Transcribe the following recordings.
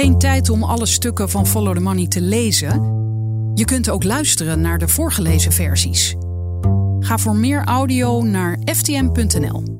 Geen tijd om alle stukken van Follow the Money te lezen? Je kunt ook luisteren naar de voorgelezen versies. Ga voor meer audio naar ftm.nl.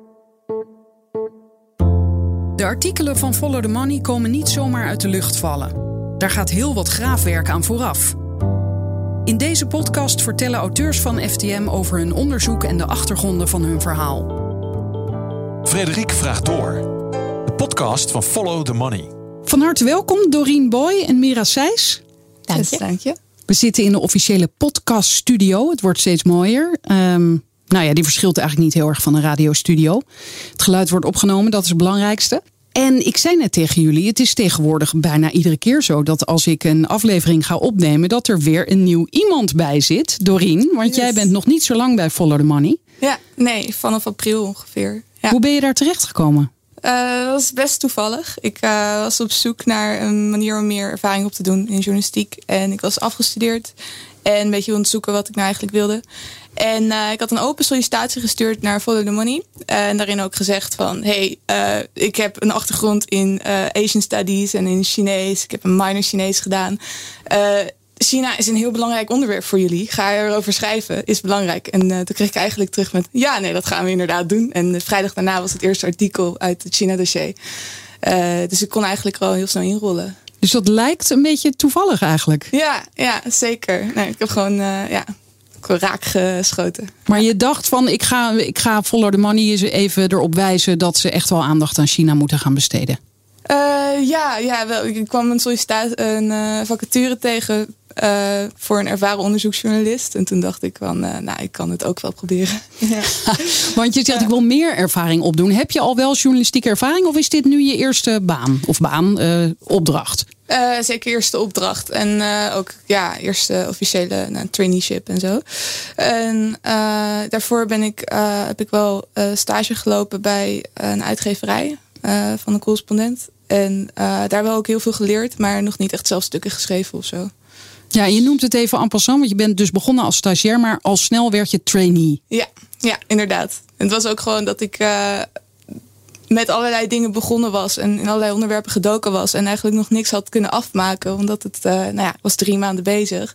De artikelen van Follow the Money komen niet zomaar uit de lucht vallen. Daar gaat heel wat graafwerk aan vooraf. In deze podcast vertellen auteurs van FTM over hun onderzoek en de achtergronden van hun verhaal. Frederik vraagt door. De podcast van Follow the Money. Van harte welkom Dorien Boy en Mira Sijs. Dank je. We zitten in de officiële podcaststudio. Het wordt steeds mooier. Die verschilt eigenlijk niet heel erg van een radiostudio. Het geluid wordt opgenomen, dat is het belangrijkste. En ik zei net tegen jullie, het is tegenwoordig bijna iedere keer zo dat als ik een aflevering ga opnemen, dat er weer een nieuw iemand bij zit. Dorien, want jij bent nog niet zo lang bij Follow the Money. Ja, nee, vanaf april ongeveer. Ja. Hoe ben je daar terecht gekomen? Dat was best toevallig. Ik was op zoek naar een manier om meer ervaring op te doen in journalistiek. En ik was afgestudeerd en een beetje aan het zoeken wat ik nou eigenlijk wilde. En ik had een open sollicitatie gestuurd naar Follow the Money. En daarin ook gezegd van, ik heb een achtergrond in Asian Studies en in Chinees. Ik heb een minor Chinees gedaan. China is een heel belangrijk onderwerp voor jullie. Ga erover schrijven, is belangrijk. En toen kreeg ik eigenlijk terug met, dat gaan we inderdaad doen. En de vrijdag daarna was het eerste artikel uit het China-dossier. Dus ik kon eigenlijk wel heel snel inrollen. Dus dat lijkt een beetje toevallig eigenlijk? Ja, zeker. Nee, ik heb gewoon raak geschoten. Maar je dacht van, ik ga Follow the Money eens even erop wijzen dat ze echt wel aandacht aan China moeten gaan besteden. Wel. Ik kwam een vacature tegen voor een ervaren onderzoeksjournalist. En toen dacht ik van, ik kan het ook wel proberen. Ja. Want je zegt, ik wil meer ervaring opdoen. Heb je al wel journalistieke ervaring of is dit nu je eerste opdracht? Zeker eerste opdracht. En ook eerste officiële traineeship en zo. En daarvoor heb ik wel stage gelopen bij een uitgeverij van een correspondent. En daar wel ook heel veel geleerd, maar nog niet echt zelf stukken geschreven of zo. Ja, je noemt het even en passant, want je bent dus begonnen als stagiair, maar al snel werd je trainee. Ja, inderdaad. En het was ook gewoon dat ik met allerlei dingen begonnen was en in allerlei onderwerpen gedoken was en eigenlijk nog niks had kunnen afmaken, omdat het was 3 maanden bezig.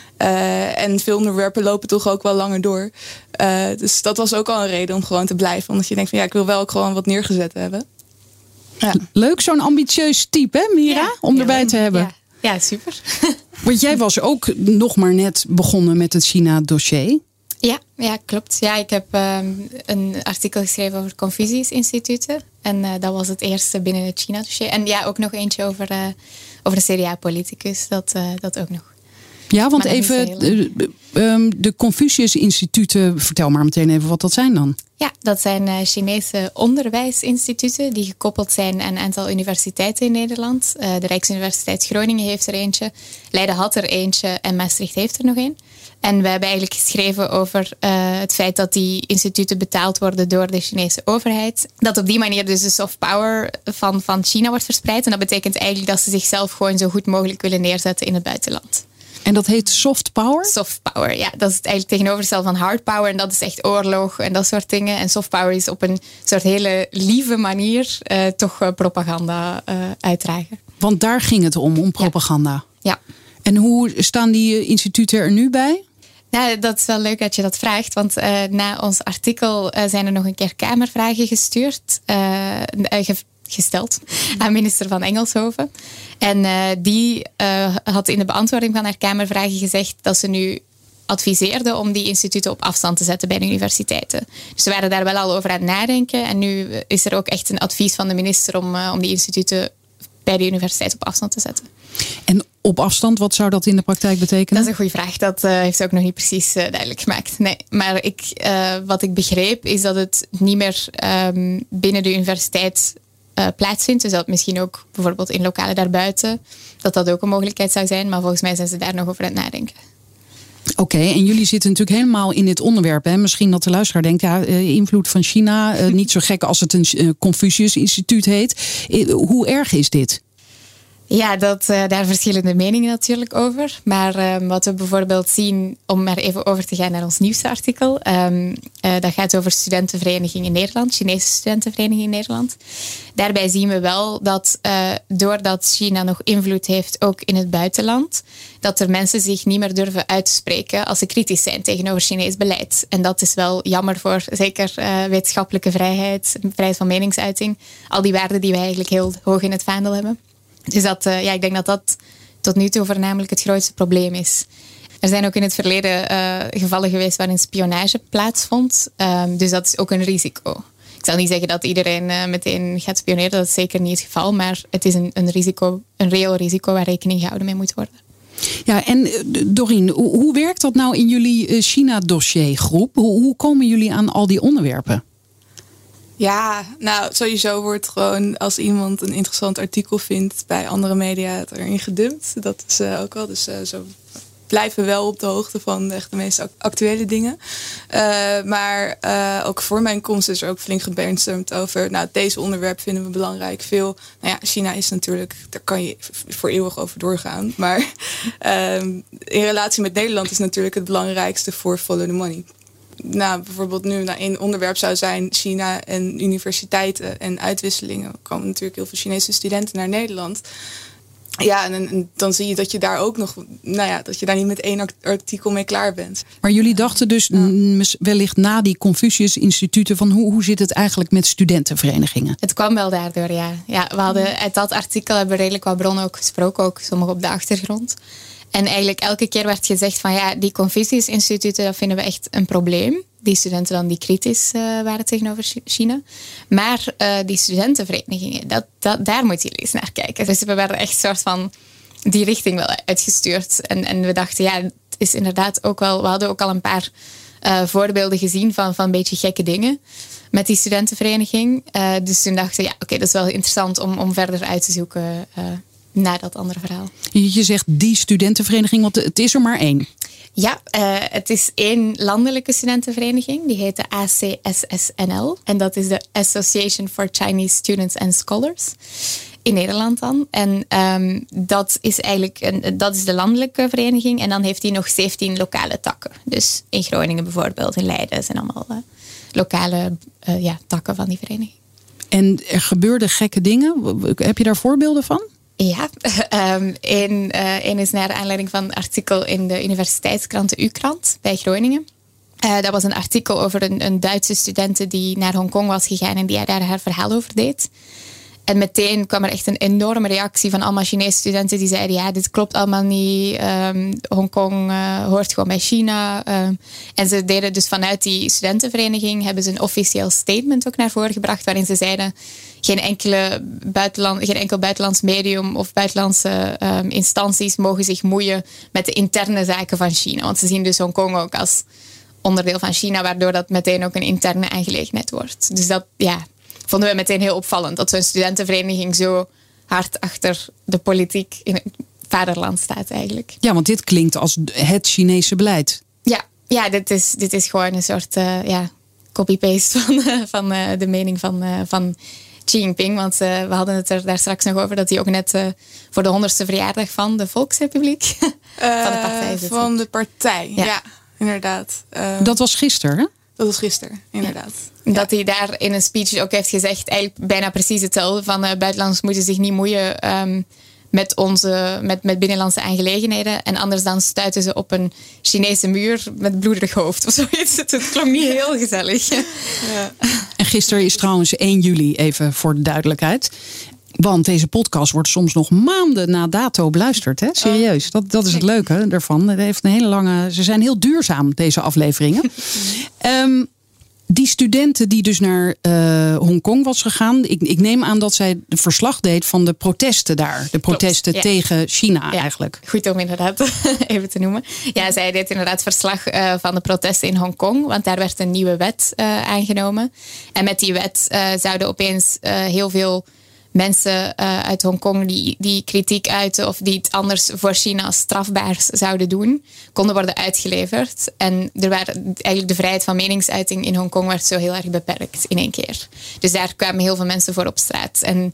En veel onderwerpen lopen toch ook wel langer door. Dus dat was ook al een reden om gewoon te blijven. Omdat je denkt van ik wil wel ook gewoon wat neergezet hebben. Ja. Leuk, zo'n ambitieus type, hè, Mira? Om erbij te hebben. Ja, super. Want jij was ook nog maar net begonnen met het China-dossier. Ja, klopt. Ja, ik heb een artikel geschreven over Confucius-instituten. En dat was het eerste binnen het China-dossier. En ook nog eentje over een CDA-politicus. Dat ook nog. Ja, want even de Confucius-instituten, vertel maar meteen even wat dat zijn dan. Ja, dat zijn Chinese onderwijsinstituten die gekoppeld zijn aan een aantal universiteiten in Nederland. De Rijksuniversiteit Groningen heeft er eentje, Leiden had er eentje en Maastricht heeft er nog een. En we hebben eigenlijk geschreven over het feit dat die instituten betaald worden door de Chinese overheid. Dat op die manier dus de soft power van China wordt verspreid. En dat betekent eigenlijk dat ze zichzelf gewoon zo goed mogelijk willen neerzetten in het buitenland. En dat heet soft power? Soft power, ja. Dat is het eigenlijk tegenovergestelde van hard power. En dat is echt oorlog en dat soort dingen. En soft power is op een soort hele lieve manier toch propaganda uitdragen. Want daar ging het om propaganda. Ja. En hoe staan die instituten er nu bij? Nou, dat is wel leuk dat je dat vraagt. Want na ons artikel zijn er nog een keer kamervragen gesteld aan minister van Engelshoven. En die had in de beantwoording van haar kamervragen gezegd dat ze nu adviseerde om die instituten op afstand te zetten bij de universiteiten. Dus ze waren daar wel al over aan het nadenken. En nu is er ook echt een advies van de minister om die instituten bij de universiteit op afstand te zetten. En op afstand, wat zou dat in de praktijk betekenen? Dat is een goede vraag. Dat heeft ze ook nog niet precies duidelijk gemaakt. Nee, maar wat ik begreep is dat het niet meer binnen de universiteit plaatsvindt. Dus dat misschien ook bijvoorbeeld in lokalen daarbuiten, dat ook een mogelijkheid zou zijn. Maar volgens mij zijn ze daar nog over aan het nadenken. Oké, en jullie zitten natuurlijk helemaal in dit onderwerp. Hè? Misschien dat de luisteraar denkt, invloed van China, niet zo gek als het een Confucius-instituut heet. Hoe erg is dit? Ja, daar verschillende meningen natuurlijk over. Maar wat we bijvoorbeeld zien, om maar even over te gaan naar ons nieuwste artikel. Dat gaat over studentenvereniging in Nederland, Chinese studentenvereniging in Nederland. Daarbij zien we wel dat doordat China nog invloed heeft, ook in het buitenland, dat er mensen zich niet meer durven uit te spreken als ze kritisch zijn tegenover Chinees beleid. En dat is wel jammer voor zeker wetenschappelijke vrijheid, vrijheid van meningsuiting. Al die waarden die wij eigenlijk heel hoog in het vaandel hebben. Dus ik denk dat dat tot nu toe voornamelijk het grootste probleem is. Er zijn ook in het verleden gevallen geweest waarin spionage plaatsvond. Dus dat is ook een risico. Ik zal niet zeggen dat iedereen meteen gaat spioneren. Dat is zeker niet het geval. Maar het is een risico, een reëel risico waar rekening gehouden mee moet worden. Ja, en Dorien, hoe werkt dat nou in jullie China-dossiergroep? Hoe komen jullie aan al die onderwerpen? Ja, nou sowieso wordt gewoon als iemand een interessant artikel vindt bij andere media het erin gedumpt. Dat is ook wel. Dus zo blijven we wel op de hoogte van echt de meest actuele dingen. Maar ook voor mijn komst is er ook flink gebrainstormd over. Nou, deze onderwerp vinden we belangrijk. Veel. Nou ja, China is natuurlijk, daar kan je voor eeuwig over doorgaan. Maar in relatie met Nederland is natuurlijk het belangrijkste voor follow the money. Nou, bijvoorbeeld nu één onderwerp zou zijn China en universiteiten en uitwisselingen. Er komen natuurlijk heel veel Chinese studenten naar Nederland. Ja, en dan zie je dat je daar ook nog, dat je daar niet met één artikel mee klaar bent. Maar jullie dachten dus wellicht na die Confucius-instituten van hoe zit het eigenlijk met studentenverenigingen? Het kwam wel daardoor, ja. We hadden uit dat artikel hebben we redelijk wat bronnen ook gesproken, ook sommige op de achtergrond. En eigenlijk elke keer werd gezegd van die Confucius-instituten, dat vinden we echt een probleem. Die studenten dan die kritisch waren tegenover China. Maar die studentenverenigingen, daar moeten jullie eens naar kijken. Dus we werden echt soort van die richting wel uitgestuurd. En we dachten, het is inderdaad ook wel. We hadden ook al een paar voorbeelden gezien van een beetje gekke dingen met die studentenvereniging. Dus toen dachten we, dat is wel interessant om verder uit te zoeken naar dat andere verhaal. Je zegt die studentenvereniging, want het is er maar één. Ja, het is één landelijke studentenvereniging. Die heet de ACSSNL. En dat is de Association for Chinese Students and Scholars. In Nederland dan. En dat is eigenlijk dat is de landelijke vereniging. En dan heeft hij nog 17 lokale takken. Dus in Groningen bijvoorbeeld, in Leiden zijn allemaal lokale takken van die vereniging. En er gebeurden gekke dingen. Heb je daar voorbeelden van? Ja, één is naar aanleiding van een artikel in de universiteitskrant, de U-krant, bij Groningen. Dat was een artikel over een Duitse studente die naar Hongkong was gegaan en die daar haar verhaal over deed. En meteen kwam er echt een enorme reactie van allemaal Chinese studenten die zeiden, dit klopt allemaal niet. Hongkong hoort gewoon bij China. En ze deden dus vanuit die studentenvereniging, hebben ze een officieel statement ook naar voren gebracht, waarin ze zeiden, geen enkel buitenlands medium of buitenlandse instanties mogen zich moeien met de interne zaken van China. Want ze zien dus Hongkong ook als onderdeel van China, waardoor dat meteen ook een interne aangelegenheid wordt. Dus dat, vonden we meteen heel opvallend. Dat zo'n studentenvereniging zo hard achter de politiek in het vaderland staat eigenlijk. Ja, want dit klinkt als het Chinese beleid. Ja, dit is gewoon een soort copy-paste van de mening van Xi Jinping. Want we hadden het er daar straks nog over dat hij ook net voor de 100ste verjaardag van de Volksrepubliek van de partij zit. Van de partij, ja inderdaad. Dat was gisteren, hè? Dat was gisteren, inderdaad. Ja. Dat hij daar in een speech ook heeft gezegd, eigenlijk bijna precies hetzelfde, van buitenlanders moeten zich niet moeien met binnenlandse aangelegenheden. En anders dan stuiten ze op een Chinese muur met bloederig hoofd of zoiets. Het klonk niet heel gezellig. Ja. En gisteren is trouwens 1 juli, even voor de duidelijkheid. Want deze podcast wordt soms nog maanden na dato beluisterd. Hè? Serieus, dat is het leuke ervan. Het heeft een hele lange. Ze zijn heel duurzaam, deze afleveringen. Die studenten die dus naar Hongkong was gegaan. Ik neem aan dat zij de verslag deed van de protesten daar. De protesten tegen China eigenlijk. Goed om inderdaad even te noemen. Ja, zij deed inderdaad verslag van de protesten in Hongkong. Want daar werd een nieuwe wet aangenomen. En met die wet zouden opeens heel veel mensen uit Hongkong die kritiek uiten of die het anders voor China strafbaar zouden doen, konden worden uitgeleverd. En er waren eigenlijk de vrijheid van meningsuiting in Hongkong werd zo heel erg beperkt in één keer. Dus daar kwamen heel veel mensen voor op straat. En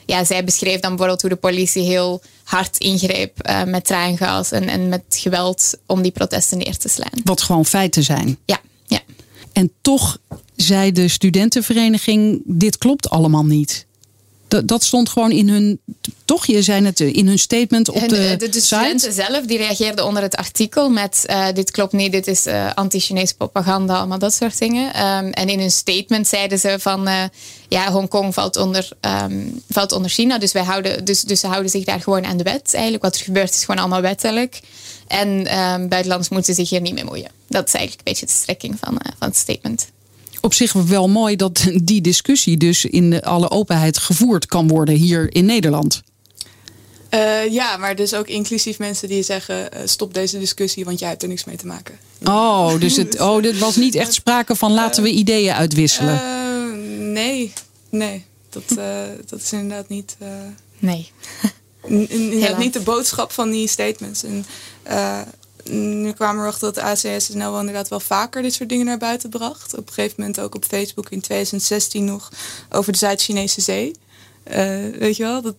zij beschreef dan bijvoorbeeld hoe de politie heel hard ingreep met traangas en met geweld om die protesten neer te slaan. Wat gewoon feiten zijn. Ja. En toch zei de studentenvereniging, dit klopt allemaal niet. Dat stond gewoon in hun, toch? Je zei het in hun statement op de site. Studenten zelf die reageerden onder het artikel met dit klopt niet, dit is anti-Chinese propaganda, allemaal dat soort dingen. En in hun statement zeiden ze van Hongkong valt onder China, dus ze houden zich daar gewoon aan de wet. Eigenlijk wat er gebeurt is gewoon allemaal wettelijk. En buitenlanders moeten zich hier niet mee moeien. Dat is eigenlijk een beetje de strekking van het statement. Op zich wel mooi dat die discussie dus in alle openheid gevoerd kan worden hier in Nederland. Maar dus ook inclusief mensen die zeggen, stop deze discussie, want jij hebt er niks mee te maken. Dus dit was niet echt sprake van laten we ideeën uitwisselen. Nee. Dat is inderdaad niet... Nee. Inderdaad niet de boodschap van die statements. En nu kwamen we erachter dat de ACS-NL wel inderdaad wel vaker dit soort dingen naar buiten bracht. Op een gegeven moment ook op Facebook in 2016 nog over de Zuid-Chinese Zee. Weet je wel?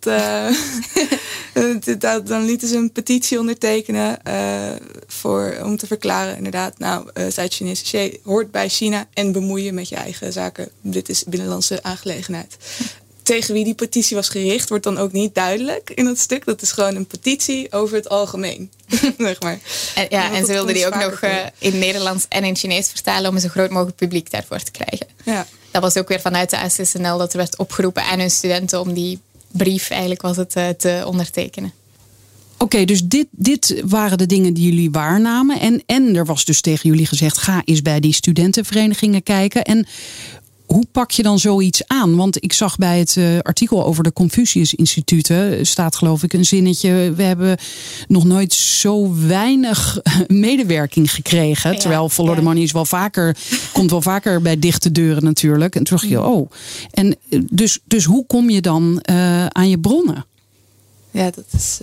Dan lieten ze een petitie ondertekenen om te verklaren inderdaad, Zuid-Chinese Zee hoort bij China en bemoeien met je eigen zaken. Dit is binnenlandse aangelegenheid. Tegen wie die petitie was gericht, wordt dan ook niet duidelijk in het stuk. Dat is gewoon een petitie over het algemeen. Zeg maar. En ze wilden die ook nog in Nederlands en in Chinees vertalen om een zo groot mogelijk publiek daarvoor te krijgen. Ja. Dat was ook weer vanuit de ACS-NL dat er werd opgeroepen aan hun studenten om die brief, eigenlijk was het, te ondertekenen. Oké, dus dit waren de dingen die jullie waarnamen. En er was dus tegen jullie gezegd, ga eens bij die studentenverenigingen kijken. En hoe pak je dan zoiets aan? Want ik zag bij het artikel over de Confucius-instituten staat geloof ik een zinnetje. We hebben nog nooit zo weinig medewerking gekregen. Terwijl Follow the Money komt wel vaker bij dichte deuren natuurlijk. En toen dacht je, En dus hoe kom je dan aan je bronnen? Ja, dat is...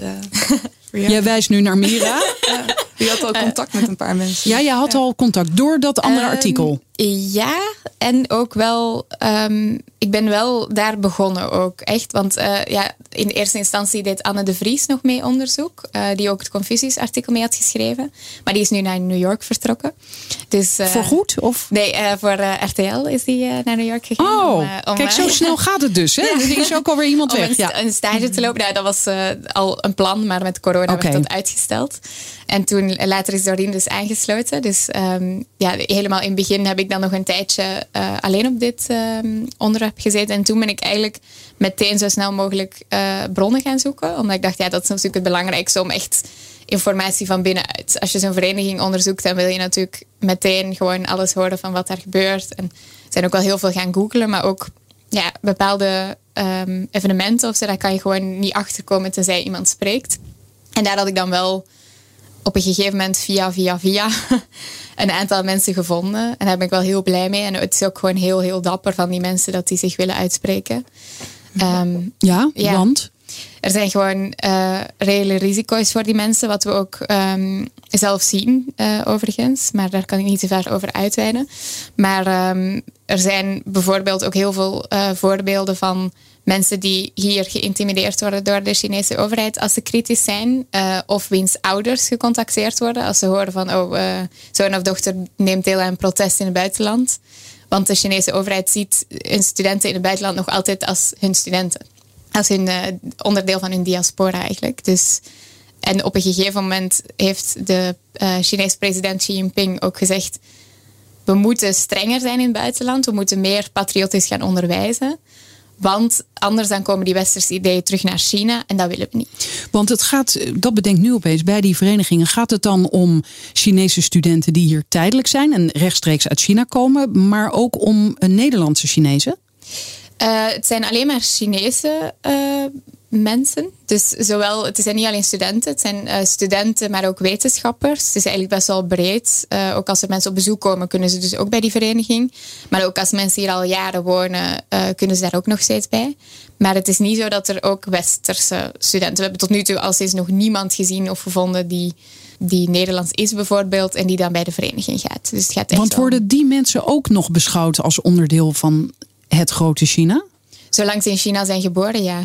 Jij wijst nu naar Mira. Die had al contact met een paar mensen. Ja, jij had al contact door dat andere artikel. Ja, en ook wel... ik ben wel daar begonnen ook, echt. Want in eerste instantie deed Anne de Vries nog mee onderzoek. Die ook het Confucius-artikel mee had geschreven. Maar die is nu naar New York vertrokken. Dus, voor goed? Of? Nee, voor RTL is die naar New York gegaan. Kijk, zo snel gaat het dus. Hè? Er is ook alweer iemand weg. Een stage te lopen. Nou, dat was al een plan, maar met corona werd dat uitgesteld. En toen later is Doreen dus aangesloten. Dus helemaal in het begin heb ik dan nog een tijdje alleen op dit onderwerp gezeten. En toen ben ik eigenlijk meteen zo snel mogelijk bronnen gaan zoeken. Omdat ik dacht, dat is natuurlijk het belangrijkste om echt informatie van binnenuit. Als je zo'n vereniging onderzoekt, dan wil je natuurlijk meteen gewoon alles horen van wat daar gebeurt. En er zijn ook wel heel veel gaan googlen, maar ook bepaalde evenementen of zo, daar kan je gewoon niet achterkomen tenzij iemand spreekt. En daar had ik dan wel op een gegeven moment via een aantal mensen gevonden. En daar ben ik wel heel blij mee. En het is ook gewoon heel, heel dapper van die mensen dat die zich willen uitspreken. Want? Er zijn gewoon reële risico's voor die mensen, wat we ook zelf zien overigens. Maar daar kan ik niet te ver over uitweiden. Maar er zijn bijvoorbeeld ook heel veel voorbeelden van mensen die hier geïntimideerd worden door de Chinese overheid als ze kritisch zijn. Of wiens ouders gecontacteerd worden als ze horen van zoon of dochter neemt deel aan een protest in het buitenland. Want de Chinese overheid ziet hun studenten in het buitenland nog altijd als hun studenten. Als hun onderdeel van hun diaspora eigenlijk. Dus, en op een gegeven moment heeft de Chinese president Xi Jinping ook gezegd, we moeten strenger zijn in het buitenland. We moeten meer patriotisch gaan onderwijzen. Want anders dan komen die westerse ideeën terug naar China en dat willen we niet. Want het gaat, dat bedenkt nu opeens bij die verenigingen, gaat het dan om Chinese studenten die hier tijdelijk zijn en rechtstreeks uit China komen, maar ook om Nederlandse Chinezen? Het zijn alleen maar Chinese mensen. Dus het zijn niet alleen studenten. Het zijn studenten, maar ook wetenschappers. Het is eigenlijk best wel breed. Ook als er mensen op bezoek komen, kunnen ze dus ook bij die vereniging. Maar ook als mensen hier al jaren wonen, kunnen ze daar ook nog steeds bij. Maar het is niet zo dat er ook westerse studenten... We hebben tot nu toe al steeds nog niemand gezien of gevonden die Nederlands is bijvoorbeeld en die dan bij de vereniging gaat. Dus het gaat echt. Want worden die mensen ook nog beschouwd als onderdeel van het grote China? Zolang ze in China zijn geboren, ja.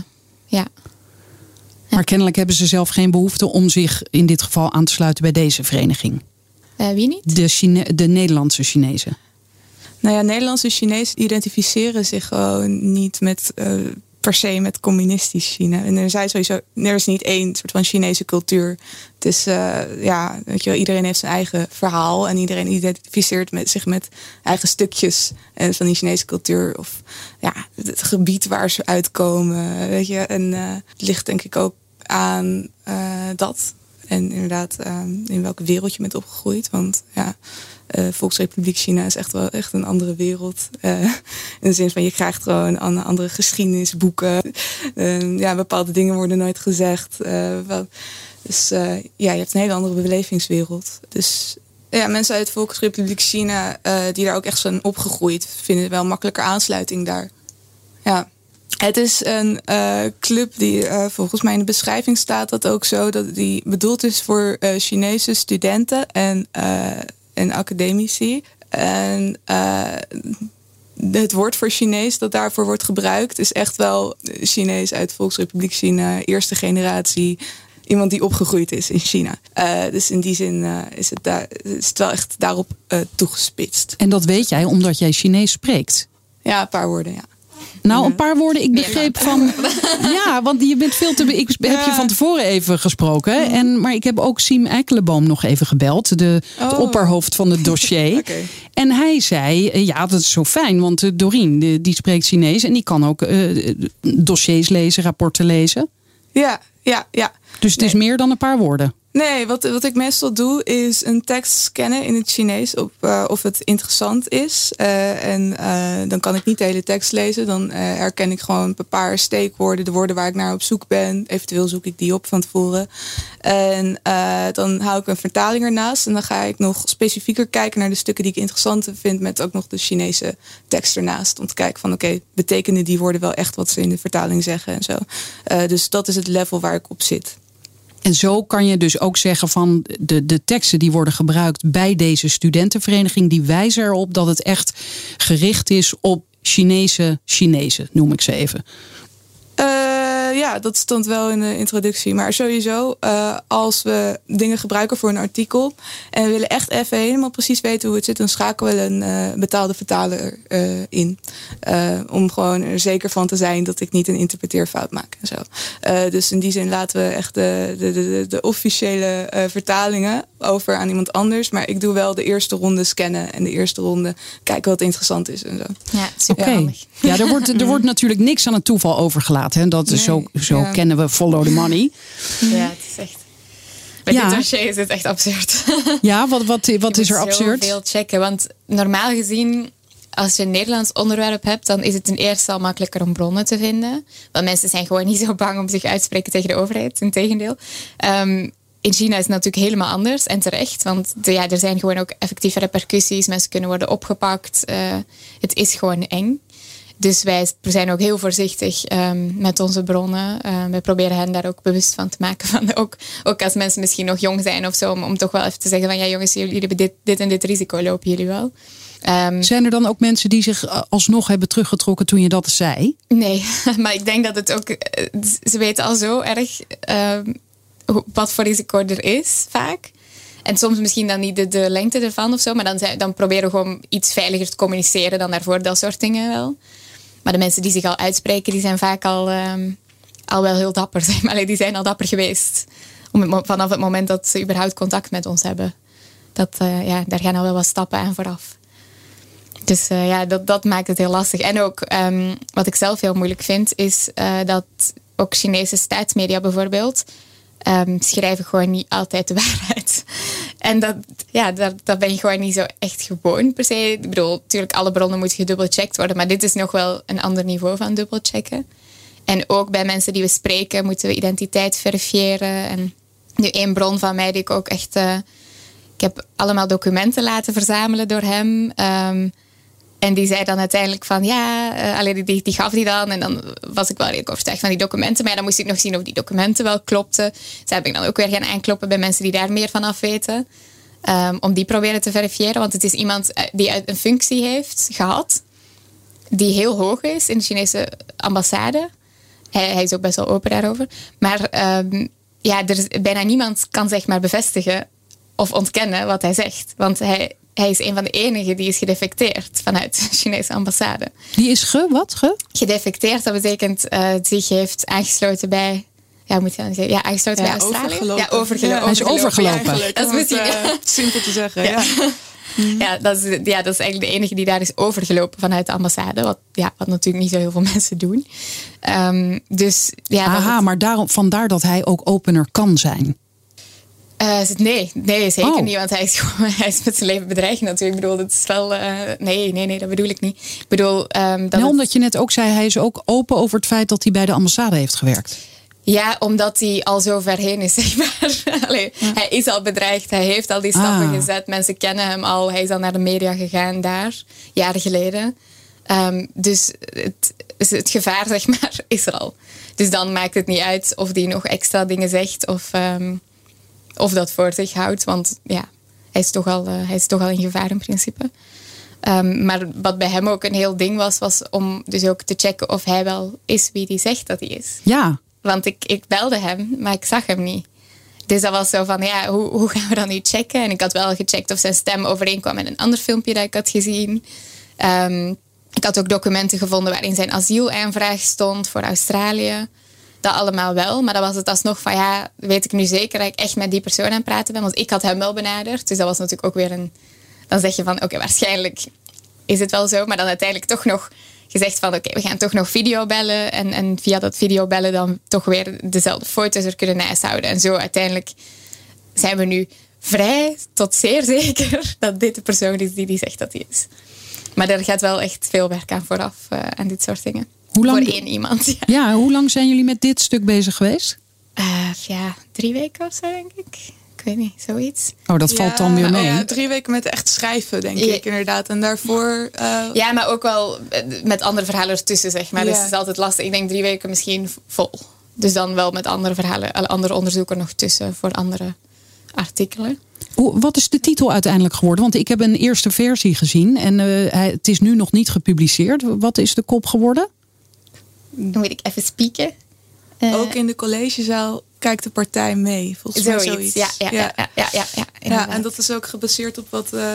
Ja. Maar kennelijk hebben ze zelf geen behoefte om zich in dit geval aan te sluiten bij deze vereniging. Wie niet? De Nederlandse Chinezen. Nou ja, Nederlandse Chinezen identificeren zich gewoon niet met per se met communistisch China. En er is niet één soort van Chinese cultuur. Het is, weet je wel, iedereen heeft zijn eigen verhaal en iedereen identificeert zich met eigen stukjes van die Chinese cultuur of het gebied waar ze uitkomen, weet je. En het ligt denk ik ook aan dat. En inderdaad, in welke wereld je bent opgegroeid. Want Volksrepubliek China is echt wel echt een andere wereld. In de zin van je krijgt gewoon andere geschiedenisboeken. Bepaalde dingen worden nooit gezegd. Dus je hebt een hele andere belevingswereld. Dus mensen uit Volksrepubliek China die daar ook echt zijn opgegroeid, vinden wel makkelijker aansluiting daar. Ja. Het is een club die volgens mij in de beschrijving staat dat ook zo, dat die bedoeld is voor Chinese studenten en academici. En het woord voor Chinees dat daarvoor wordt gebruikt is echt wel Chinees uit Volksrepubliek China, eerste generatie. Iemand die opgegroeid is in China. Dus in die zin is het wel echt daarop toegespitst. En dat weet jij omdat jij Chinees spreekt? Ja, een paar woorden, ja. Nou, een paar woorden. Ik begreep van... Ja, want je bent veel te... Ik heb je van tevoren even gesproken. Maar ik heb ook Siem Eikelenboom nog even gebeld. Het opperhoofd van het dossier. Okay. En hij zei, dat is zo fijn. Want Dorien, die spreekt Chinees. En die kan ook dossiers lezen, rapporten lezen. Ja. Dus het is meer dan een paar woorden. Nee, wat ik meestal doe is een tekst scannen in het Chinees of het interessant is. Dan kan ik niet de hele tekst lezen. Dan herken ik gewoon een paar steekwoorden, de woorden waar ik naar op zoek ben. Eventueel zoek ik die op van tevoren. En dan hou ik een vertaling ernaast. En dan ga ik nog specifieker kijken naar de stukken die ik interessant vind, met ook nog de Chinese tekst ernaast. Om te kijken van betekenen die woorden wel echt wat ze in de vertaling zeggen en zo. Dus dat is het level waar ik op zit. En zo kan je dus ook zeggen van de teksten die worden gebruikt bij deze studentenvereniging, die wijzen erop dat het echt gericht is op Chinezen, noem ik ze even. Dat stond wel in de introductie. Maar sowieso, als we dingen gebruiken voor een artikel en we willen echt even helemaal precies weten hoe het zit, dan schakelen we een betaalde vertaler in. Om gewoon er zeker van te zijn dat ik niet een interpreteerfout maak en zo. Dus in die zin laten we echt de officiële vertalingen over aan iemand anders. Maar ik doe wel de eerste ronde scannen en de eerste ronde kijken wat interessant is en zo. Ja, super handig. Ja, er wordt natuurlijk niks aan het toeval overgelaten. Hè? Dat is zo kennen we follow the money. Ja, het is echt... Met dit dossier is het echt absurd. Ja, wat is er absurd? Veel checken, want normaal gezien, als je een Nederlands onderwerp hebt, dan is het ten eerste al makkelijker om bronnen te vinden. Want mensen zijn gewoon niet zo bang om zich uit te spreken tegen de overheid, integendeel. In China is het natuurlijk helemaal anders en terecht, want er zijn gewoon ook effectieve repercussies. Mensen kunnen worden opgepakt. Het is gewoon eng. Dus wij zijn ook heel voorzichtig met onze bronnen. Wij proberen hen daar ook bewust van te maken. Van ook als mensen misschien nog jong zijn of zo. Om toch wel even te zeggen van jongens, jullie hebben dit en dit risico lopen jullie wel. Zijn er dan ook mensen die zich alsnog hebben teruggetrokken toen je dat zei? Nee, maar ik denk dat het ook... Ze weten al zo erg wat voor risico er is vaak. En soms misschien dan niet de lengte ervan of zo. Maar dan proberen we gewoon iets veiliger te communiceren dan daarvoor. Dat soort dingen wel. Maar de mensen die zich al uitspreken, die zijn vaak al wel heel dapper. Allee, die zijn al dapper geweest. Vanaf het moment dat ze überhaupt contact met ons hebben. Daar gaan al wel wat stappen aan vooraf. Dus dat maakt het heel lastig. En ook wat ik zelf heel moeilijk vind, is dat ook Chinese staatsmedia bijvoorbeeld schrijven gewoon niet altijd de waarheid. En dat ben je gewoon niet zo echt gewoon per se. Ik bedoel, natuurlijk alle bronnen moeten gedubbelcheckt worden, maar dit is nog wel een ander niveau van dubbelchecken. En ook bij mensen die we spreken moeten we identiteit verifiëren. En nu één bron van mij die ik ook echt... ik heb allemaal documenten laten verzamelen door hem. En die zei dan uiteindelijk van die gaf die dan. En dan was ik wel redelijk overtuigd van die documenten. Maar dan moest ik nog zien of die documenten wel klopten. Dus heb ik dan ook weer gaan aankloppen bij mensen die daar meer van af weten. Om die proberen te verifiëren. Want het is iemand die een functie heeft gehad. Die heel hoog is in de Chinese ambassade. Hij is ook best wel open daarover. Maar bijna niemand kan zeg maar bevestigen of ontkennen wat hij zegt. Want hij is een van de enigen die is gedefecteerd vanuit de Chinese ambassade. Die is Gedefecteerd, dat betekent zich heeft aangesloten bij... Ja, moet je dan zeggen? Ja, aangesloten bij Australië. Overgelopen. Hij is overgelopen. Dat is misschien simpel te zeggen. Ja. Ja, dat is eigenlijk de enige die daar is overgelopen vanuit de ambassade. Wat natuurlijk niet zo heel veel mensen doen. Maar vandaar dat hij ook opener kan zijn. Nee, zeker niet. Want hij is met zijn leven bedreigd natuurlijk. Ik bedoel, dat is wel... Nee, dat bedoel ik niet. Ik bedoel... Omdat je net ook zei, hij is ook open over het feit dat hij bij de ambassade heeft gewerkt. Ja, omdat hij al zo ver heen is, zeg maar. Hij is al bedreigd, hij heeft al die stappen gezet. Mensen kennen hem al, hij is al naar de media gegaan daar, jaren geleden. Dus het gevaar, zeg maar, is er al. Dus dan maakt het niet uit of hij nog extra dingen zegt of dat voor zich houdt. Want ja, hij is toch al in gevaar in principe. Maar wat bij hem ook een heel ding was om dus ook te checken of hij wel is wie hij zegt dat hij is. Ja. Want ik belde hem, maar ik zag hem niet. Dus dat was zo van, hoe gaan we dat nu checken? En ik had wel gecheckt of zijn stem overeenkwam met een ander filmpje dat ik had gezien. Ik had ook documenten gevonden waarin zijn asielaanvraag stond voor Australië. Dat allemaal wel, maar dan was het alsnog van, weet ik nu zeker dat ik echt met die persoon aan het praten ben? Want ik had hem wel benaderd. Dus dat was natuurlijk ook weer dan zeg je van, oké, waarschijnlijk is het wel zo. Maar dan uiteindelijk toch nog gezegd van, oké, we gaan toch nog videobellen. En via dat videobellen dan toch weer dezelfde foto's er kunnen naasthouden. En zo uiteindelijk zijn we nu vrij tot zeer zeker dat dit de persoon is die zegt dat hij is. Maar er gaat wel echt veel werk aan vooraf aan dit soort dingen. Hoe lang, voor één iemand. Ja, hoe lang zijn jullie met dit stuk bezig geweest? 3 weken of zo, denk ik. Ik weet niet, zoiets. Oh, dat valt dan weer mee. Ja, 3 weken met echt schrijven, denk ik inderdaad. En daarvoor... Ja, maar ook wel met andere verhalen ertussen, zeg maar. Dus het is altijd lastig. Ik denk 3 weken misschien vol. Dus dan wel met andere verhalen, andere onderzoeken nog tussen voor andere artikelen. Wat is de titel uiteindelijk geworden? Want ik heb een eerste versie gezien en het is nu nog niet gepubliceerd. Wat is de kop geworden? Dan moet ik even spieken. Ook in de collegezaal kijkt de partij mee, volgens mij zoiets. Ja, en dat is ook gebaseerd op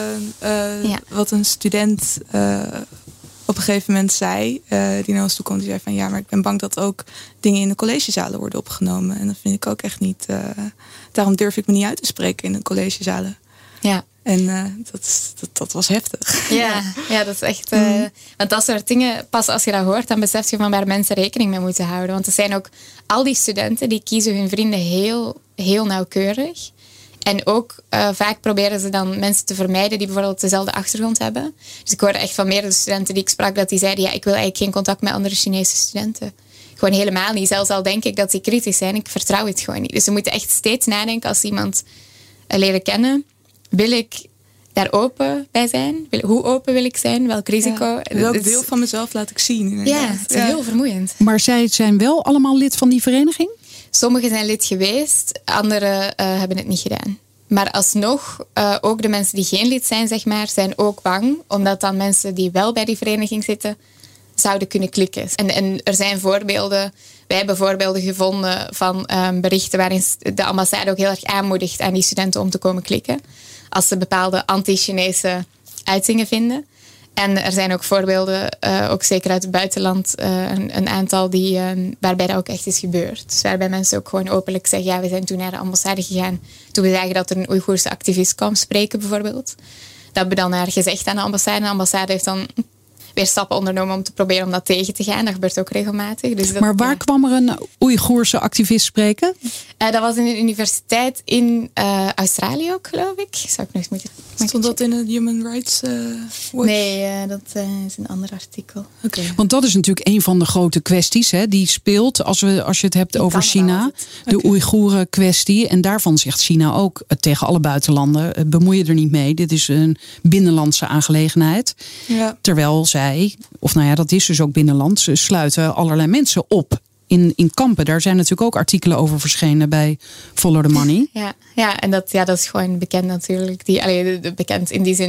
wat een student op een gegeven moment zei, die naar ons toe kwam, die zei van maar ik ben bang dat ook dingen in de collegezalen worden opgenomen. En dat vind ik ook echt niet. Daarom durf ik me niet uit te spreken in de collegezalen. Ja. En dat was heftig. Ja, dat is echt... want dat soort dingen, pas als je dat hoort, dan besef je van waar mensen rekening mee moeten houden. Want er zijn ook al die studenten, die kiezen hun vrienden heel, heel nauwkeurig. En ook vaak proberen ze dan mensen te vermijden die bijvoorbeeld dezelfde achtergrond hebben. Dus ik hoorde echt van meerdere studenten die ik sprak dat die zeiden, ik wil eigenlijk geen contact met andere Chinese studenten. Gewoon helemaal niet. Zelfs al denk ik dat ze kritisch zijn, ik vertrouw het gewoon niet. Dus ze moeten echt steeds nadenken als iemand leren kennen. Wil ik daar open bij zijn? Hoe open wil ik zijn? Welk risico? Welk deel van mezelf laat ik zien? Inderdaad. Ja, het is heel vermoeiend. Maar zij zijn wel allemaal lid van die vereniging? Sommigen zijn lid geweest, anderen hebben het niet gedaan. Maar alsnog, ook de mensen die geen lid zijn, zeg maar, zijn ook bang. Omdat dan mensen die wel bij die vereniging zitten, zouden kunnen klikken. En er zijn voorbeelden. Wij hebben voorbeelden gevonden van berichten waarin de ambassade ook heel erg aanmoedigt aan die studenten om te komen klikken. Als ze bepaalde anti-Chinese uitingen vinden. En er zijn ook voorbeelden, ook zeker uit het buitenland, een aantal waarbij dat ook echt is gebeurd. Dus waarbij mensen ook gewoon openlijk zeggen, we zijn toen naar de ambassade gegaan. Toen we zagen dat er een Oeigoerse activist kwam spreken bijvoorbeeld. Dat hebben we dan naar gezegd aan de ambassade. De ambassade heeft dan weer stappen ondernomen om te proberen om dat tegen te gaan. Dat gebeurt ook regelmatig. Dus maar waar kwam er een Oeigoerse activist spreken? Dat was in een universiteit in Australië ook, geloof ik. Zou ik nog eens moeten... Stond dat in het Human Rights Watch? Nee, dat is een ander artikel. Okay. Want dat is natuurlijk een van de grote kwesties die speelt als je het hebt over China. De Oeigoeren kwestie. En daarvan zegt China ook tegen alle buitenlanden, bemoei je er niet mee. Dit is een binnenlandse aangelegenheid. Ja. Terwijl zij, dat is dus ook binnenland, ze sluiten allerlei mensen op. In kampen, daar zijn natuurlijk ook artikelen over verschenen bij Follow the Money. Ja, en dat is gewoon bekend natuurlijk. Bekend in die zin,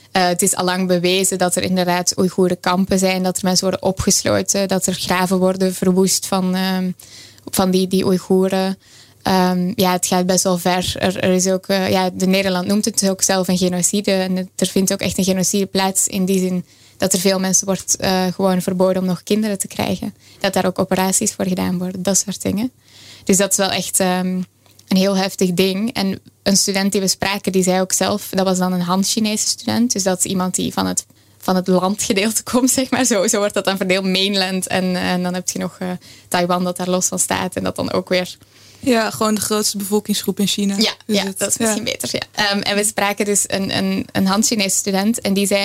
Het is allang bewezen dat er inderdaad Oeigoerenkampen zijn, dat er mensen worden opgesloten, dat er graven worden verwoest van die Oeigoeren. Het gaat best wel ver. Er is ook, de Nederland noemt het ook zelf een genocide. En er vindt ook echt een genocide plaats in die zin dat er veel mensen wordt gewoon verboden om nog kinderen te krijgen. Dat daar ook operaties voor gedaan worden, dat soort dingen. Dus dat is wel echt een heel heftig ding. En een student die we spraken, die zei ook zelf, dat was dan een Han-Chinese student. Dus dat is iemand die van het landgedeelte komt, zeg maar. Zo wordt dat dan verdeeld, mainland. En dan heb je nog Taiwan dat daar los van staat. En dat dan ook weer... Ja, gewoon de grootste bevolkingsgroep in China. Ja, dat is misschien beter. Ja. En we spraken dus een Han-Chinese student. En die zei,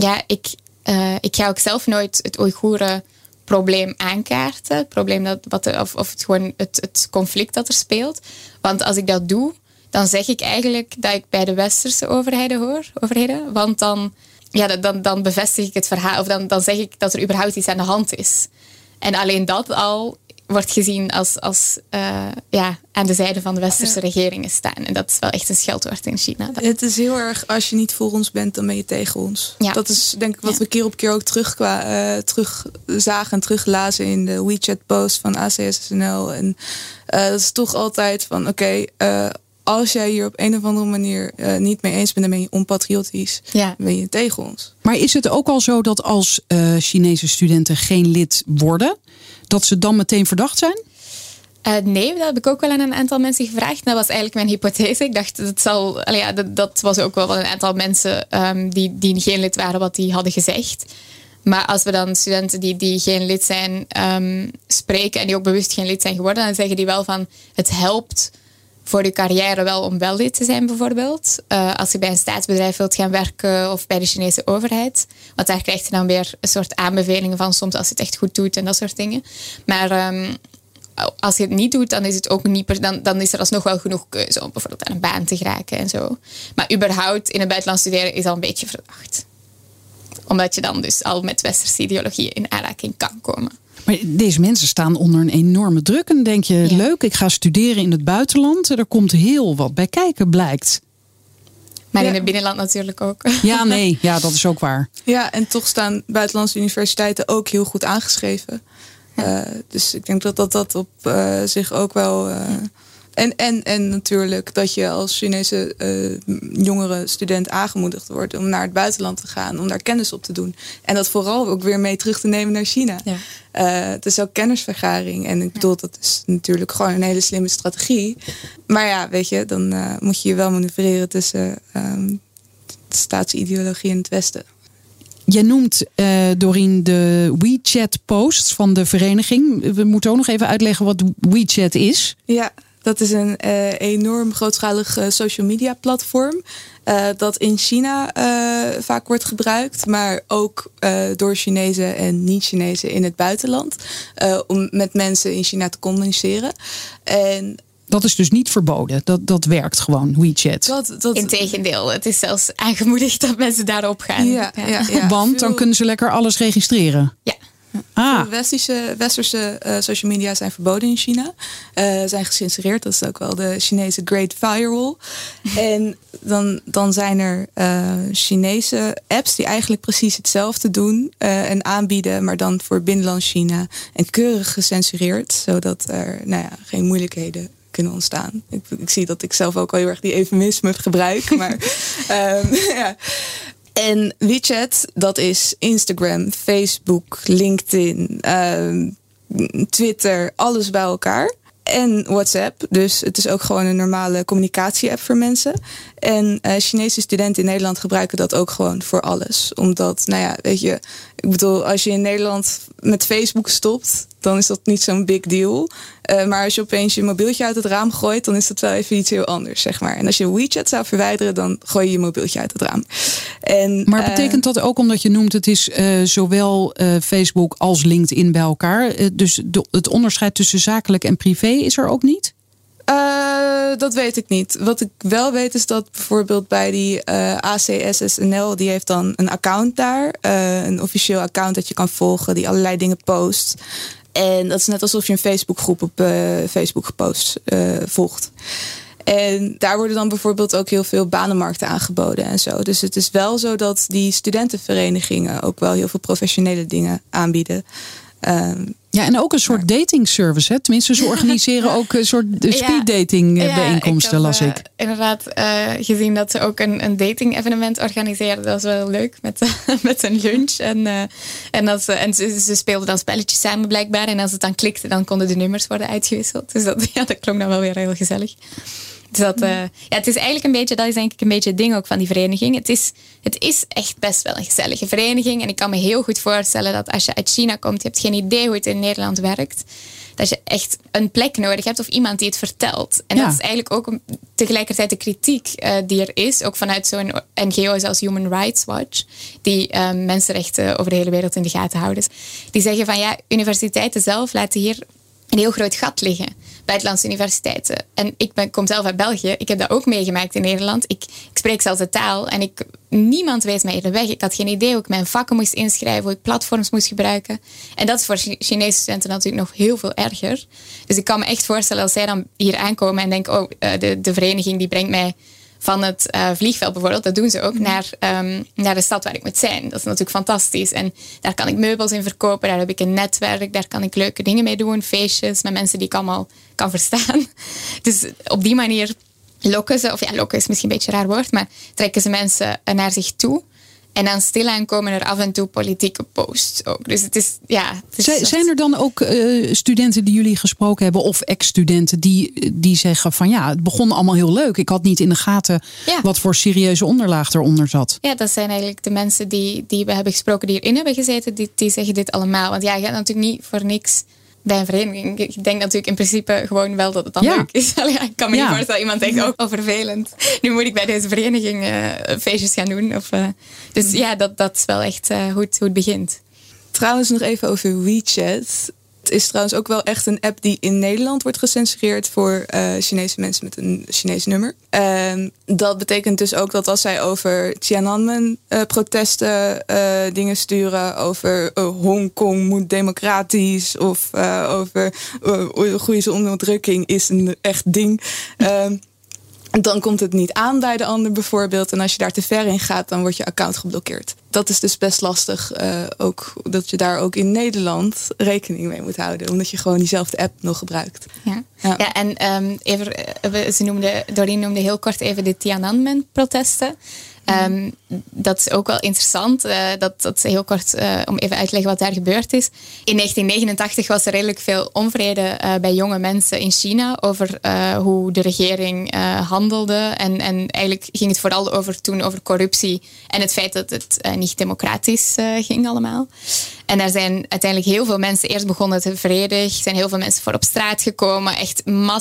ik ga ook zelf nooit het Oeigoeren-probleem aankaarten. Het probleem of het gewoon het conflict dat er speelt. Want als ik dat doe, dan zeg ik eigenlijk dat ik bij de westerse overheden. Want dan bevestig ik het verhaal. Of dan zeg ik dat er überhaupt iets aan de hand is. En alleen dat al wordt gezien als aan de zijde van de westerse regeringen staan. En dat is wel echt een scheldwoord in China. Het is heel erg, als je niet voor ons bent, dan ben je tegen ons. Ja. Dat is denk ik wat we keer op keer ook terugzagen en teruglazen in de WeChat-post van ACSSNL. En dat is toch altijd van, als jij hier op een of andere manier niet mee eens bent, dan ben je onpatriotisch. Ja. Dan ben je tegen ons. Maar is het ook al zo dat als Chinese studenten geen lid worden, dat ze dan meteen verdacht zijn? Nee, dat heb ik ook wel aan een aantal mensen gevraagd. Dat was eigenlijk mijn hypothese. Ik dacht, dat was ook wel een aantal mensen die geen lid waren, wat die hadden gezegd. Maar als we dan studenten die geen lid zijn spreken en die ook bewust geen lid zijn geworden, dan zeggen die wel van, het helpt voor je carrière wel om wel lid te zijn bijvoorbeeld. Als je bij een staatsbedrijf wilt gaan werken of bij de Chinese overheid. Want daar krijg je dan weer een soort aanbevelingen van soms als je het echt goed doet en dat soort dingen. Maar als je het niet doet, dan is het ook niet dan is er alsnog wel genoeg keuze om bijvoorbeeld aan een baan te geraken en zo. Maar überhaupt in het buitenland studeren is al een beetje verdacht. Omdat je dan dus al met westerse ideologieën in aanraking kan komen. Maar deze mensen staan onder een enorme druk. En dan denk je, leuk, ik ga studeren in het buitenland. Er komt heel wat bij kijken, blijkt. Maar in het binnenland natuurlijk ook. Ja, dat is ook waar. Ja, en toch staan buitenlandse universiteiten ook heel goed aangeschreven. Dus ik denk dat op zich ook wel... En natuurlijk dat je als Chinese jongere student aangemoedigd wordt om naar het buitenland te gaan, om daar kennis op te doen. En dat vooral ook weer mee terug te nemen naar China. Ja. Het is ook kennisvergaring. En ik bedoel, dat is natuurlijk gewoon een hele slimme strategie. Maar ja, weet je, dan moet je wel manoeuvreren tussen de staatsideologie en het Westen. Jij noemt, Dorien, de WeChat-posts van de vereniging. We moeten ook nog even uitleggen wat WeChat is. Ja. Dat is een enorm grootschalig social media platform. Dat in China vaak wordt gebruikt. Maar ook door Chinezen en niet-Chinezen in het buitenland. Om met mensen in China te communiceren. En dat is dus niet verboden. Dat werkt gewoon, WeChat. Integendeel, het is zelfs aangemoedigd dat mensen daarop gaan. Ja. Want dan kunnen ze lekker alles registreren. Ja. Westerse social media zijn verboden in China. Zijn gecensureerd. Dat is ook wel de Chinese Great Firewall. En dan zijn er Chinese apps die eigenlijk precies hetzelfde doen en aanbieden, maar dan voor binnenland China. En keurig gecensureerd, zodat er geen moeilijkheden kunnen ontstaan. Ik zie dat ik zelf ook al heel erg die eufemisme gebruik. Maar ja. En WeChat, dat is Instagram, Facebook, LinkedIn, Twitter, alles bij elkaar. En WhatsApp, dus het is ook gewoon een normale communicatie-app voor mensen. En Chinese studenten in Nederland gebruiken dat ook gewoon voor alles. Omdat, weet je, ik bedoel, als je in Nederland met Facebook stopt, dan is dat niet zo'n big deal. Maar als je opeens je mobieltje uit het raam gooit, dan is dat wel even iets heel anders, zeg maar. En als je WeChat zou verwijderen, dan gooi je je mobieltje uit het raam. Maar betekent dat ook, omdat je noemt, het is zowel Facebook als LinkedIn bij elkaar. Dus het onderscheid tussen zakelijk en privé is er ook niet? Dat weet ik niet. Wat ik wel weet is dat bijvoorbeeld bij die ACSSNL, die heeft dan een account daar. Een officieel account dat je kan volgen, die allerlei dingen post. En dat is net alsof je een Facebookgroep op Facebook gepost volgt. En daar worden dan bijvoorbeeld ook heel veel banenmarkten aangeboden en zo. Dus het is wel zo dat die studentenverenigingen ook wel heel veel professionele dingen aanbieden. Ja, en ook een soort dating service. Hè? Tenminste, ze organiseren ook een soort speeddating bijeenkomsten, las ik. Inderdaad, gezien dat ze ook een dating evenement organiseren. Dat was wel leuk met een lunch. En ze speelden dan spelletjes samen blijkbaar. En als het dan klikte, dan konden de nummers worden uitgewisseld. Dus dat klonk dan wel weer heel gezellig. Dus het is eigenlijk een beetje, dat is denk ik een beetje het ding ook van die vereniging. Het is echt best wel een gezellige vereniging. En ik kan me heel goed voorstellen dat als je uit China komt, je hebt geen idee hoe het in Nederland werkt, dat je echt een plek nodig hebt of iemand die het vertelt. En dat is eigenlijk ook tegelijkertijd de kritiek die er is, ook vanuit zo'n NGO zoals Human Rights Watch, die mensenrechten over de hele wereld in de gaten houden. Die zeggen van universiteiten zelf laten hier een heel groot gat liggen. Buitenlandse universiteiten. En ik kom zelf uit België. Ik heb dat ook meegemaakt in Nederland. Ik spreek zelfs de taal. En niemand wees mij de weg. Ik had geen idee hoe ik mijn vakken moest inschrijven. Hoe ik platforms moest gebruiken. En dat is voor Chinese studenten natuurlijk nog heel veel erger. Dus ik kan me echt voorstellen als zij dan hier aankomen en denken, de vereniging die brengt mij van het vliegveld bijvoorbeeld, dat doen ze ook, naar de stad waar ik moet zijn. Dat is natuurlijk fantastisch. En daar kan ik meubels in verkopen, daar heb ik een netwerk, daar kan ik leuke dingen mee doen, feestjes met mensen die ik allemaal kan verstaan. Dus op die manier lokken ze, lokken is misschien een beetje een raar woord, maar trekken ze mensen naar zich toe. En dan stilaan komen er af en toe politieke posts ook. Dus het is, Zijn er dan ook studenten die jullie gesproken hebben, of ex-studenten die zeggen van het begon allemaal heel leuk. Ik had niet in de gaten wat voor serieuze onderlaag eronder zat. Ja, dat zijn eigenlijk de mensen die we hebben gesproken, die erin hebben gezeten, die zeggen dit allemaal. Want je gaat natuurlijk niet voor niks bij een vereniging. Ik denk natuurlijk in principe gewoon wel dat het dan leuk is. Ik kan me niet voorstellen dat iemand denkt, vervelend. Nu moet ik bij deze vereniging feestjes gaan doen. Dus dat is wel echt hoe het begint. Trouwens nog even over WeChat. Het is trouwens ook wel echt een app die in Nederland wordt gecensureerd voor Chinese mensen met een Chinees nummer. Dat betekent dus ook dat als zij over Tiananmen-protesten dingen sturen, over Hongkong moet democratisch of over goede onderdrukking is een echt ding. Dan komt het niet aan bij de ander bijvoorbeeld. En als je daar te ver in gaat, dan wordt je account geblokkeerd. Dat is dus best lastig. Ook dat je daar ook in Nederland rekening mee moet houden. Omdat je gewoon diezelfde app nog gebruikt. Ja, en Doreen noemde heel kort even de Tiananmen-protesten. Dat is ook wel interessant. Dat heel kort om even uit te leggen wat daar gebeurd is. In 1989 was er redelijk veel onvrede bij jonge mensen in China over hoe de regering handelde. En eigenlijk ging het vooral over corruptie en het feit dat het niet democratisch ging allemaal. En daar zijn uiteindelijk heel veel mensen eerst begonnen te vredig. Er zijn heel veel mensen voor op straat gekomen. Echt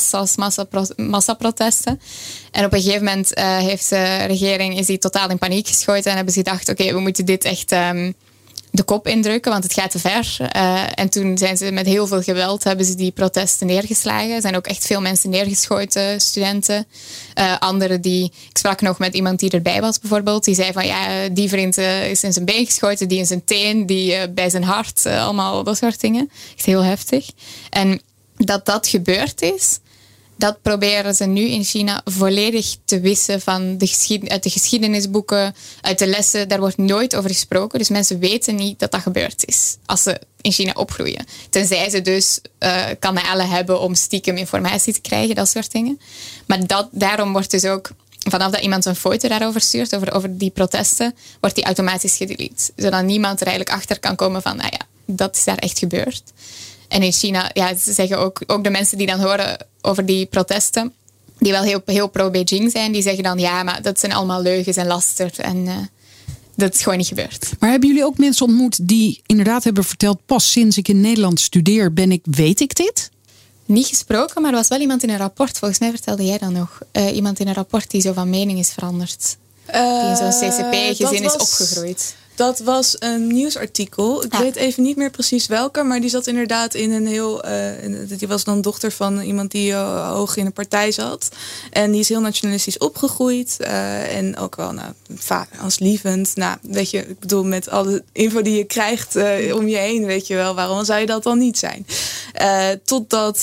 massaprotesten. En op een gegeven moment heeft de regering is die totaal in paniek geschoten. En hebben ze gedacht, oké, we moeten dit echt de kop indrukken, want het gaat te ver. En toen zijn ze met heel veel geweld hebben ze die protesten neergeslagen. Er zijn ook echt veel mensen neergeschoten, studenten. Anderen ik sprak nog met iemand die erbij was bijvoorbeeld. Die zei van die vriend is in zijn been geschoten, die in zijn teen, die bij zijn hart. Allemaal dat soort dingen. Echt heel heftig. En dat gebeurd is, dat proberen ze nu in China volledig te wissen van uit de geschiedenisboeken, uit de lessen. Daar wordt nooit over gesproken. Dus mensen weten niet dat dat gebeurd is als ze in China opgroeien. Tenzij ze dus kanalen hebben om stiekem informatie te krijgen, dat soort dingen. Maar daarom wordt dus ook, vanaf dat iemand een foto daarover stuurt, over die protesten, wordt die automatisch gedelete. Zodat niemand er eigenlijk achter kan komen van, dat is daar echt gebeurd. En in China, ze zeggen ook de mensen die dan horen over die protesten, die wel heel, heel pro-Beijing zijn, die zeggen dan, maar dat zijn allemaal leugens en laster. En dat is gewoon niet gebeurd. Maar hebben jullie ook mensen ontmoet die inderdaad hebben verteld, pas sinds ik in Nederland studeer, weet ik dit? Niet gesproken, maar er was wel iemand in een rapport, volgens mij vertelde jij dan nog, iemand in een rapport die zo van mening is veranderd. Die in zo'n CCP-gezin is opgegroeid. Dat was een nieuwsartikel. Ik weet even niet meer precies welke, maar die zat inderdaad in een heel... die was dan dochter van iemand die hoog in een partij zat. En die is heel nationalistisch opgegroeid. En ook wel vaderlievend. Weet je, ik bedoel, met alle info die je krijgt om je heen, weet je wel, waarom zou je dat dan niet zijn? Totdat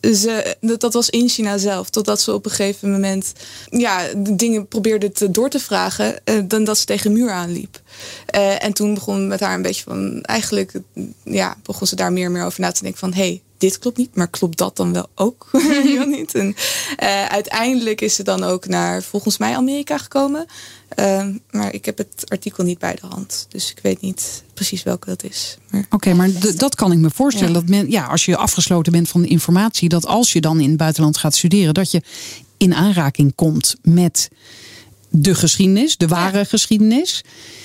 dat was in China zelf. Totdat ze op een gegeven moment de dingen probeerden door te vragen. Dan dat ze tegen een muur aanliep. En toen begon met haar een beetje van... Eigenlijk begon ze daar meer en meer over na te denken van... Hey, dit klopt niet, maar klopt dat dan wel ook? Ja, niet. En uiteindelijk is ze dan ook naar, volgens mij, Amerika gekomen. Maar ik heb het artikel niet bij de hand. Dus ik weet niet precies welke dat is. Oké, maar dat kan ik me voorstellen. Dat als je afgesloten bent van de informatie... dat als je dan in het buitenland gaat studeren... dat je in aanraking komt met de geschiedenis, de ware geschiedenis...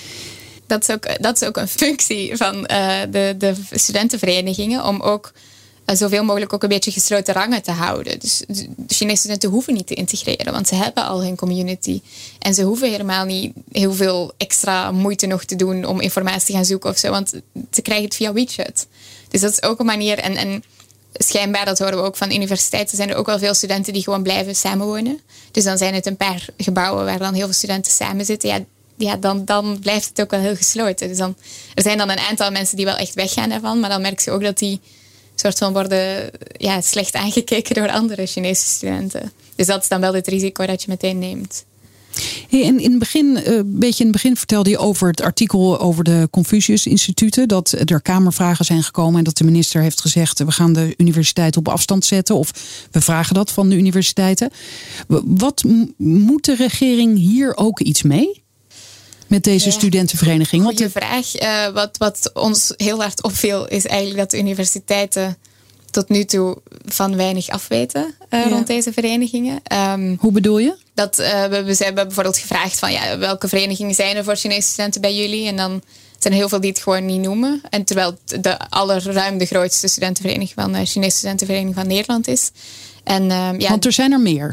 Dat is ook een functie van de studentenverenigingen... om ook zoveel mogelijk ook een beetje gesloten rangen te houden. Dus de Chinese studenten hoeven niet te integreren... want ze hebben al hun community. En ze hoeven helemaal niet heel veel extra moeite nog te doen... om informatie te gaan zoeken of zo. Want ze krijgen het via WeChat. Dus dat is ook een manier... En schijnbaar, dat horen we ook van universiteiten... zijn er ook wel veel studenten die gewoon blijven samenwonen. Dus dan zijn het een paar gebouwen... waar dan heel veel studenten samen zitten... Ja, dan blijft het ook wel heel gesloten. Dus er zijn dan een aantal mensen die wel echt weggaan daarvan. Maar dan merk je ook dat die soort van worden slecht aangekeken door andere Chinese studenten. Dus dat is dan wel het risico dat je meteen neemt. Hey, en in het begin vertelde je over het artikel over de Confucius-instituten. Dat er kamervragen zijn gekomen en dat de minister heeft gezegd... we gaan de universiteit op afstand zetten of we vragen dat van de universiteiten. Wat moet de regering hier ook iets mee? Met deze studentenvereniging? Goeie vraag. Wat ons heel hard opviel is eigenlijk dat de universiteiten tot nu toe van weinig afweten rond deze verenigingen. Hoe bedoel je? Dat we hebben bijvoorbeeld gevraagd van welke verenigingen zijn er voor Chinese studenten bij jullie? En dan zijn er heel veel die het gewoon niet noemen. En terwijl ruim de grootste studentenvereniging van de Chinese studentenvereniging van Nederland is. Want er zijn er meer.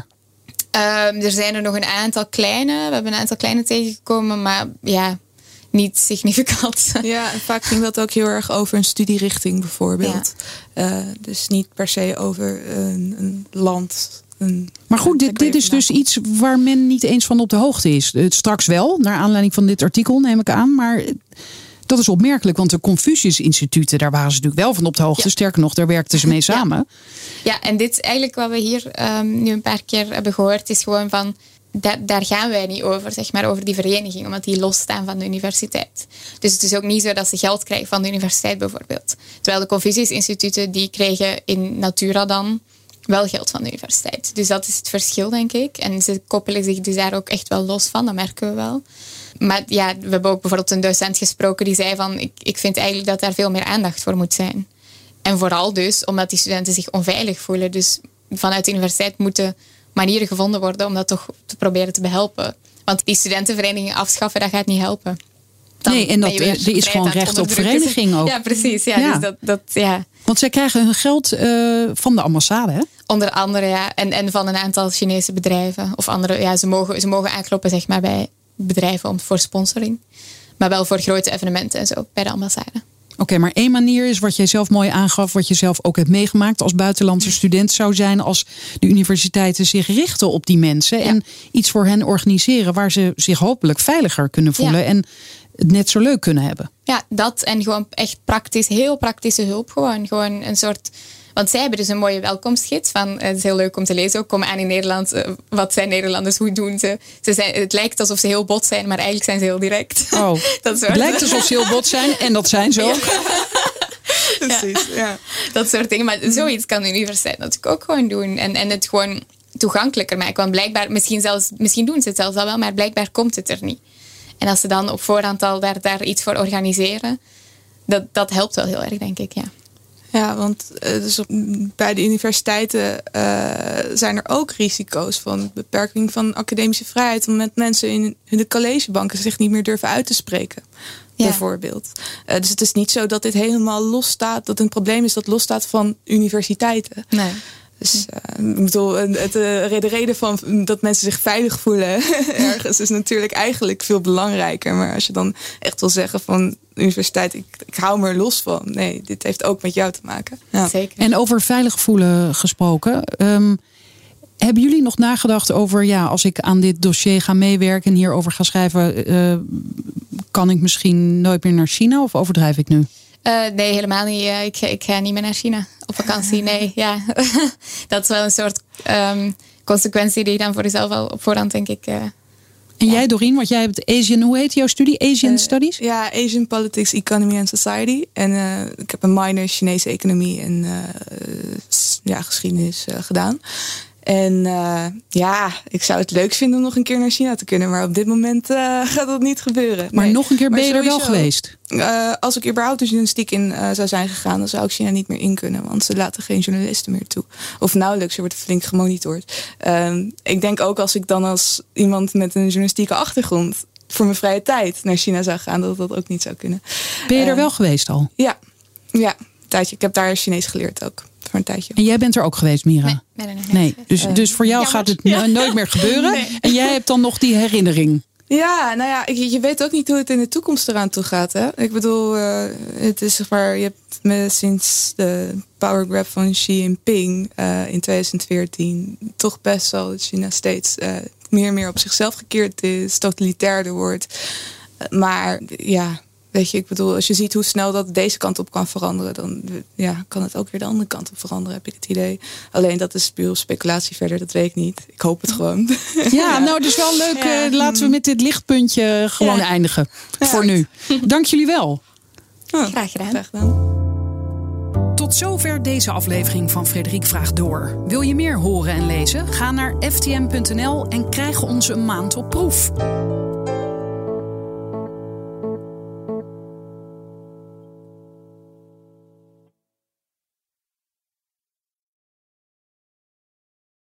Er zijn er nog een aantal kleine. We hebben een aantal kleine tegengekomen, maar niet significant. Ja, en vaak ging dat ook heel erg over een studierichting bijvoorbeeld. Dus niet per se over een land. Maar goed, dit is dus iets waar men niet eens van op de hoogte is. Straks wel, naar aanleiding van dit artikel neem ik aan. Maar dat is opmerkelijk, want de Confucius-instituten... daar waren ze natuurlijk wel van op de hoogte. Ja. Sterker nog, daar werkten ze mee samen. Ja, en dit is eigenlijk wat we hier nu een paar keer hebben gehoord... is gewoon van, daar gaan wij niet over, zeg maar, over die vereniging... omdat die losstaan van de universiteit. Dus het is ook niet zo dat ze geld krijgen van de universiteit bijvoorbeeld. Terwijl de Confucius-instituten, die kregen in Natura dan... wel geld van de universiteit. Dus dat is het verschil, denk ik. En ze koppelen zich dus daar ook echt wel los van, dat merken we wel. Maar we hebben ook bijvoorbeeld een docent gesproken die zei van... ik vind eigenlijk dat daar veel meer aandacht voor moet zijn. En vooral dus omdat die studenten zich onveilig voelen. Dus vanuit de universiteit moeten manieren gevonden worden... om dat toch te proberen te behelpen. Want die studentenverenigingen afschaffen, dat gaat niet helpen. Er is gewoon recht op vereniging ook. Ja, precies. Ja. Dus Want zij krijgen hun geld van de ambassade, hè? Onder andere, ja. En van een aantal Chinese bedrijven. Of andere, ze mogen aankloppen, zeg maar, bij bedrijven voor sponsoring. Maar wel voor grote evenementen en zo, bij de ambassade. Oké, maar één manier is wat jij zelf mooi aangaf... wat je zelf ook hebt meegemaakt als buitenlandse student... zou zijn als de universiteiten zich richten op die mensen... en iets voor hen organiseren... waar ze zich hopelijk veiliger kunnen voelen... en het net zo leuk kunnen hebben. Ja, dat en gewoon echt heel praktische hulp. Gewoon een soort... Want zij hebben dus een mooie welkomstgids van... het is heel leuk om te lezen ook. Kom aan in Nederland. Wat zijn Nederlanders? Hoe doen ze? Het lijkt alsof ze heel bot zijn, maar eigenlijk zijn ze heel direct. Oh, het lijkt alsof ze heel bot zijn en dat zijn ze ook. Precies, ja. Dat soort dingen. Maar zoiets kan de universiteit natuurlijk ook gewoon doen. En het gewoon toegankelijker maken. Want blijkbaar, misschien doen ze het zelfs al wel, maar blijkbaar komt het er niet. En als ze dan op voorhand al daar iets voor organiseren... dat helpt wel heel erg, denk ik, ja. Ja, want dus bij de universiteiten zijn er ook risico's van beperking van academische vrijheid. Omdat mensen in de collegebanken zich niet meer durven uit te spreken. Bijvoorbeeld. Dus het is niet zo dat dit helemaal losstaat. Dat een probleem is dat losstaat van universiteiten. Nee. Dus ik bedoel, de reden van dat mensen zich veilig voelen ergens is natuurlijk eigenlijk veel belangrijker. Maar als je dan echt wil zeggen van universiteit, ik hou me er los van. Nee, dit heeft ook met jou te maken. Ja. Zeker. En over veilig voelen gesproken. Hebben jullie nog nagedacht over, als ik aan dit dossier ga meewerken en hierover ga schrijven, kan ik misschien nooit meer naar China of overdrijf ik nu? Nee, helemaal niet. Ik ga niet meer naar China. op vakantie. Nee, ja. Dat is wel een soort consequentie die je dan voor jezelf al op voorhand, denk ik... En jij, Doreen, want jij hebt Asian, hoe heet jouw studie? Asian Studies? Ja, Asian Politics, Economy and Society. En ik heb een minor Chinese economie en geschiedenis gedaan. En ik zou het leuk vinden om nog een keer naar China te kunnen. Maar op dit moment gaat dat niet gebeuren. Maar nog een keer ben je er wel geweest? Als ik überhaupt de journalistiek in zou zijn gegaan, dan zou ik China niet meer in kunnen. Want ze laten geen journalisten meer toe. Of nauwelijks, er wordt flink gemonitord. Ik denk ook als ik dan als iemand met een journalistieke achtergrond voor mijn vrije tijd naar China zou gaan, dat dat ook niet zou kunnen. Ben je er wel geweest al? Ja, een tijdje. Ik heb daar Chinees geleerd ook. Voor een tijdje. En jij bent er ook geweest, Mira? Nee. Dus voor jou gaat het nooit meer gebeuren. Nee. En jij hebt dan nog die herinnering. Ja, nou ja, je weet ook niet hoe het in de toekomst eraan toe gaat. Hè? Ik bedoel, het is zeg maar, je hebt sinds de power grab van Xi Jinping in 2014 toch best wel dat China steeds meer en meer op zichzelf gekeerd is, totalitairder wordt. Maar ja, weet je, ik bedoel, als je ziet hoe snel dat deze kant op kan veranderen, dan kan het ook weer de andere kant op veranderen, heb ik het idee. Alleen dat is puur speculatie verder, dat weet ik niet. Ik hoop het gewoon. Ja, nou, dus wel leuk. Ja. Laten we met dit lichtpuntje gewoon eindigen. Voor nu. Dank jullie wel. Graag gedaan. Graag gedaan. Tot zover deze aflevering van Frederiek Vraagt Door. Wil je meer horen en lezen? Ga naar ftm.nl en krijg ons een maand op proef.